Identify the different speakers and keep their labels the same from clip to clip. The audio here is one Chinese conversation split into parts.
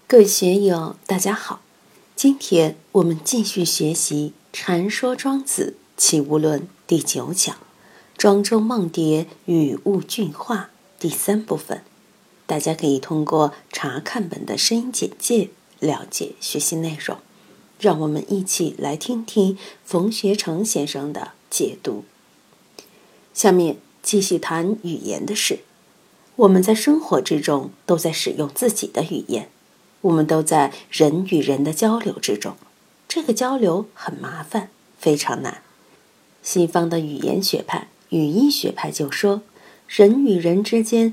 Speaker 1: 各位学友，大家好！今天我们继续学习《禅说庄子齐物论》第9讲“庄周梦蝶与物俱化”第3部分。大家可以通过查看本的声音简介了解学习内容。让我们一起来听听冯学成先生的解读。下面继续谈语言的事。我们在生活之中都在使用自己的语言，我们都在人与人的交流之中，这个交流很麻烦，非常难。西方的语言学派、语义学派就说，人与人之间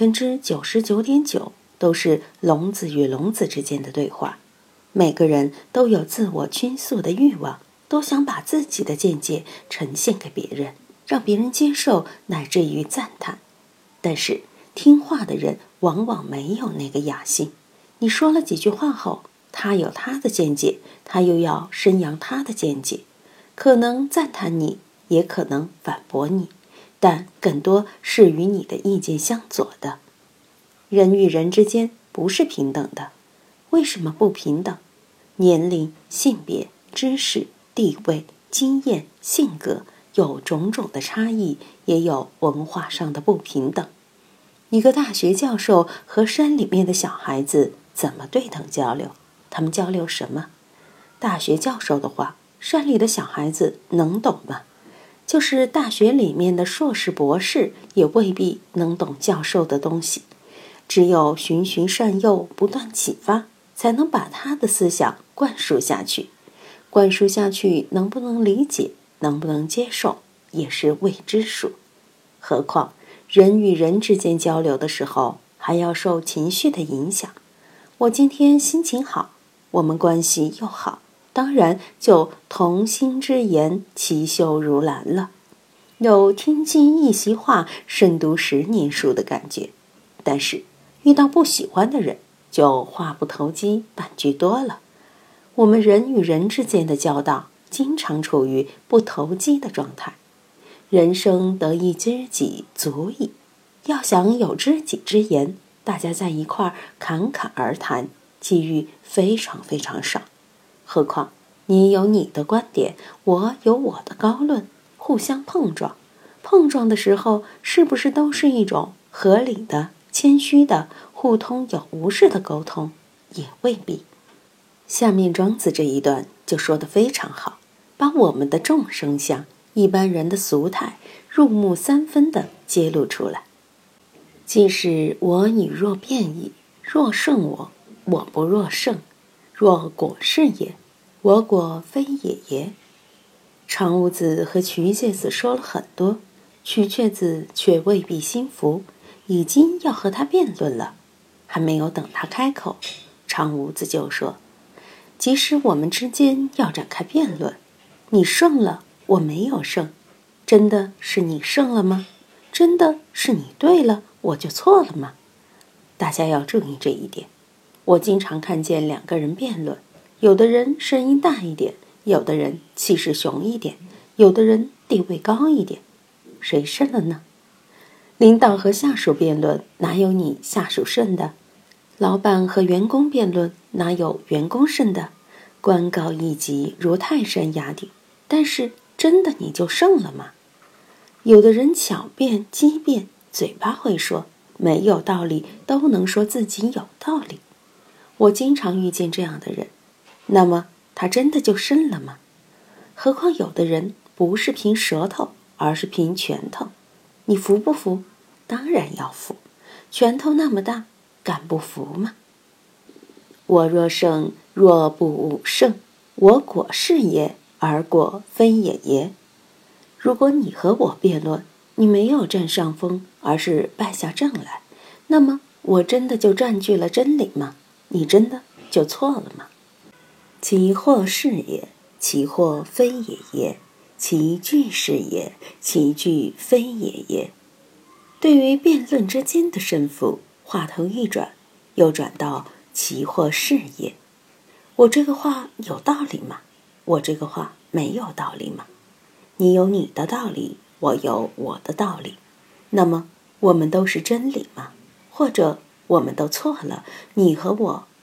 Speaker 1: 99.9%都是聋子与聋子之间的对话。每个人都有自我倾诉的欲望，都想把自己的见解呈现给别人，让别人接受乃至于赞叹。但是听话的人往往没有那个雅兴，你说了几句话后，他有他的见解，他又要宣扬他的见解，可能赞叹你，也可能反驳你，但更多是与你的意见相左的。人与人之间不是平等的，为什么不平等？年龄、性别、知识、地位、经验、性格有种种的差异，也有文化上的不平等。一个大学教授和山里面的小孩子怎么对等交流？他们交流什么？大学教授的话，山里的小孩子能懂吗？就是大学里面的硕士博士也未必能懂教授的东西。只有循循善诱，不断启发，才能把他的思想灌输下去。灌输下去能不能理解，能不能接受，也是未知数。何况人与人之间交流的时候，还要受情绪的影响。我今天心情好，我们关系又好，当然就同心之言，其秀如兰了，有听尽一席话，胜读10年书的感觉。但是遇到不喜欢的人，就话不投机半句多了。我们人与人之间的交道，经常处于不投机的状态。人生得一知己足矣，要想有知己之言，大家在一块侃侃而谈，机遇非常非常少。何况你有你的观点，我有我的高论，互相碰撞。碰撞的时候，是不是都是一种合理的、谦虚的、互通有无式的沟通？也未必。下面庄子这一段就说得非常好，把我们的众生相、一般人的俗态入木三分地揭露出来。即使我以若变矣，若胜我，我不若胜；若果是也，我果非也耶。常无子和瞿介子说了很多，瞿却子却未必心服，已经要和他辩论了。还没有等他开口，常无子就说，即使我们之间要展开辩论，你胜了，我没有胜，真的是你胜了吗？真的是你对了，我就错了吗？大家要注意这一点。我经常看见2个人辩论，有的人声音大一点，有的人气势雄一点，有的人地位高一点，谁胜了呢？领导和下属辩论，哪有你下属胜的？老板和员工辩论，哪有员工胜的？官高一级如泰山压顶，但是真的你就胜了吗？有的人巧辩机辩，嘴巴会说，没有道理都能说自己有道理。我经常遇见这样的人，那么他真的就胜了吗？何况有的人不是凭舌头，而是凭拳头，你服不服？当然要服，拳头那么大，敢不服吗？我若胜，若不武胜，我果是也，而果非也耶。如果你和我辩论，你没有占上风，而是败下阵来，那么我真的就占据了真理吗？你真的就错了吗？其或是也，其或非也耶，其俱是也，其俱非也耶。对于辩论之间的胜负，话头一转，又转到其或是也。我这个话有道理吗？我这个话没有道理吗？你有你的道理，我有我的道理，那么我们都是真理吗？或者我们都错了，你和我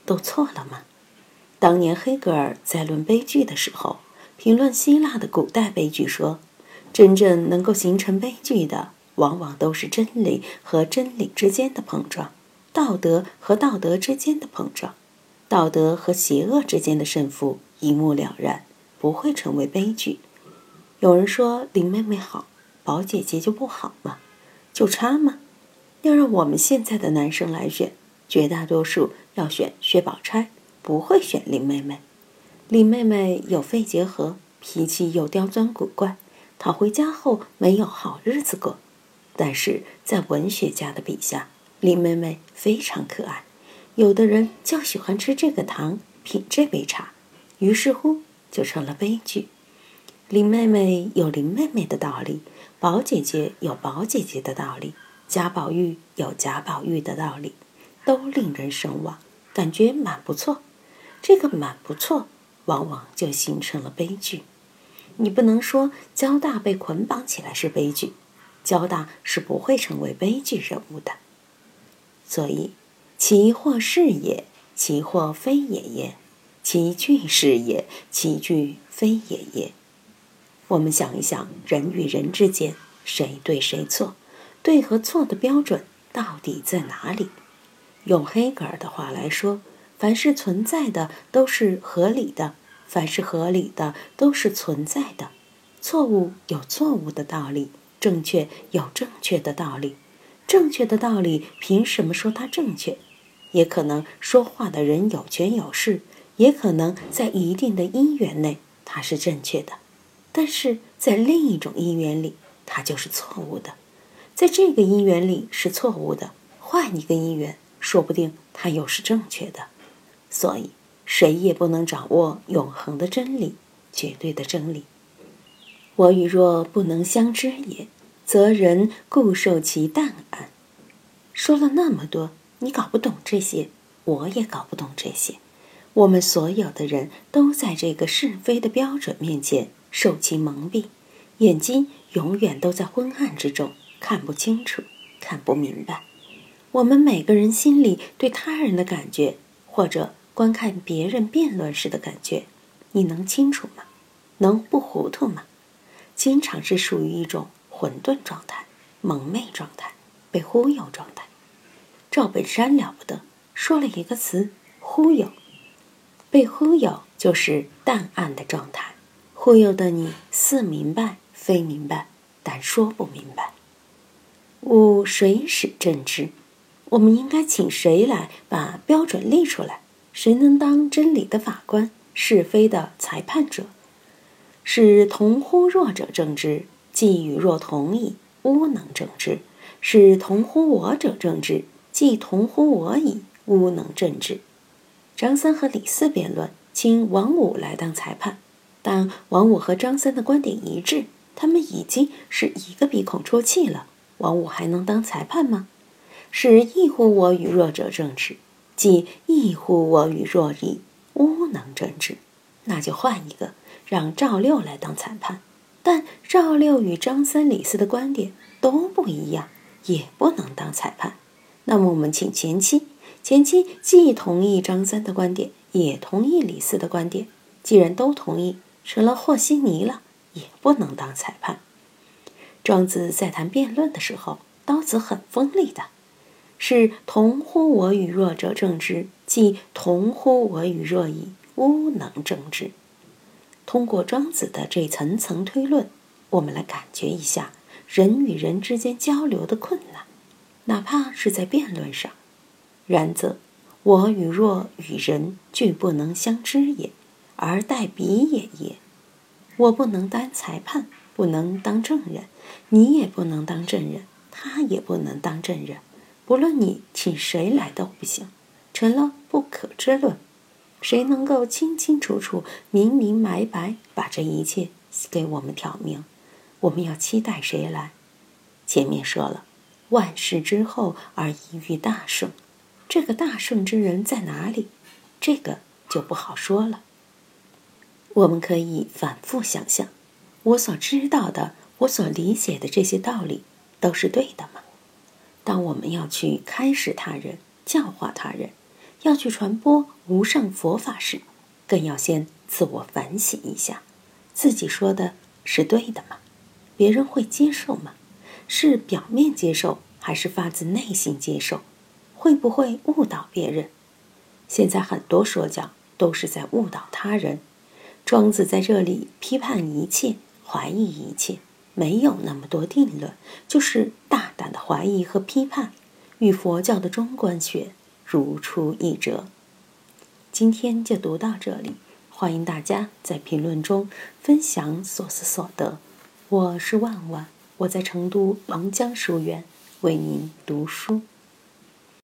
Speaker 1: 都错了吗？当年黑格尔在论悲剧的时候，评论希腊的古代悲剧说，真正能够形成悲剧的，往往都是真理和真理之间的碰撞，道德和道德之间的碰撞，道德和邪恶之间的胜负一目了然，不会成为悲剧。有人说林妹妹好，宝姐姐就不好吗？就差吗？要让我们现在的男生来选，绝大多数要选薛宝钗，不会选林妹妹。林妹妹有肺结核，脾气又刁钻古怪，讨回家后没有好日子过。但是在文学家的笔下，林妹妹非常可爱，有的人就喜欢吃这个糖，品这杯茶，于是乎就成了悲剧。林妹妹有林妹妹的道理，宝姐姐有宝姐姐的道理，贾宝玉有贾宝玉的道理，都令人神往，感觉蛮不错。这个蛮不错，往往就形成了悲剧。你不能说交大被捆绑起来是悲剧，交大是不会成为悲剧人物的。所以，其或是也，其或非也也；其句是也，其句非也也。我们想一想，人与人之间，谁对谁错，对和错的标准到底在哪里？用黑格尔的话来说，凡是存在的都是合理的，凡是合理的都是存在的。错误有错误的道理，正确有正确的道理。正确的道理凭什么说它正确？也可能说话的人有权有势，也可能在一定的因缘内它是正确的，但是在另一种因缘里它就是错误的。在这个因缘里是错误的，换一个因缘说不定它又是正确的。所以谁也不能掌握永恒的真理，绝对的真理。我与若不能相知也，则人固受其淡安。说了那么多，你搞不懂这些，我也搞不懂这些。我们所有的人都在这个是非的标准面前受其蒙蔽，眼睛永远都在昏暗之中，看不清楚，看不明白。我们每个人心里对他人的感觉，或者观看别人辩论时的感觉，你能清楚吗？能不糊涂吗？经常是属于一种混沌状态、蒙昧状态、被忽悠状态。赵本山了不得，说了一个词，忽悠。被忽悠就是淡暗的状态，忽悠的你似明白非明白，但说不明白。吾谁使正之？我们应该请谁来把标准立出来？谁能当真理的法官，是非的裁判者？使同乎若者正之，既与若同矣，吾能正之；使同乎我者正之，既同乎我矣，吾能正之。张三和李四辩论，请王五来当裁判，但王五和张三的观点一致，他们已经是一个鼻孔出气了，王五还能当裁判吗？使异乎我与弱者正之，即异乎我与弱矣，吾能正之。那就换一个，让赵六来当裁判，但赵六与张三李四的观点都不一样，也不能当裁判。那么我们请前妻，前妻既同意张三的观点，也同意李四的观点，既然都同意，成了和稀泥了，也不能当裁判。庄子在谈辩论的时候，刀子很锋利的，是同乎我与弱者正之，即同乎我与弱矣，吾能正之。通过庄子的这层层推论，我们来感觉一下人与人之间交流的困难，哪怕是在辩论上。然则我与弱与人俱不能相知也，而待彼也也。我不能当裁判，不能当证人，你也不能当证人，他也不能当证人，不论你请谁来都不行，成了不可知论。谁能够清清楚楚、明明白白把这一切给我们挑明？我们要期待谁来？前面说了，万事之后而一遇大圣，这个大圣之人在哪里？这个就不好说了。我们可以反复想象，我所知道的，我所理解的这些道理都是对的吗？当我们要去开示他人、教化他人， 要去传播无上佛法时，更要先自我反省一下，自己说的是对的吗？别人会接受吗？是表面接受还是发自内心接受？会不会误导别人？现在很多说教都是在误导他人。庄子在这里批判一切，怀疑一切，没有那么多定论，就是大胆的怀疑和批判，与佛教的中观学如出一辙。今天就读到这里，欢迎大家在评论中分享所思所得。我是万万，我在成都龙江书院为您读书。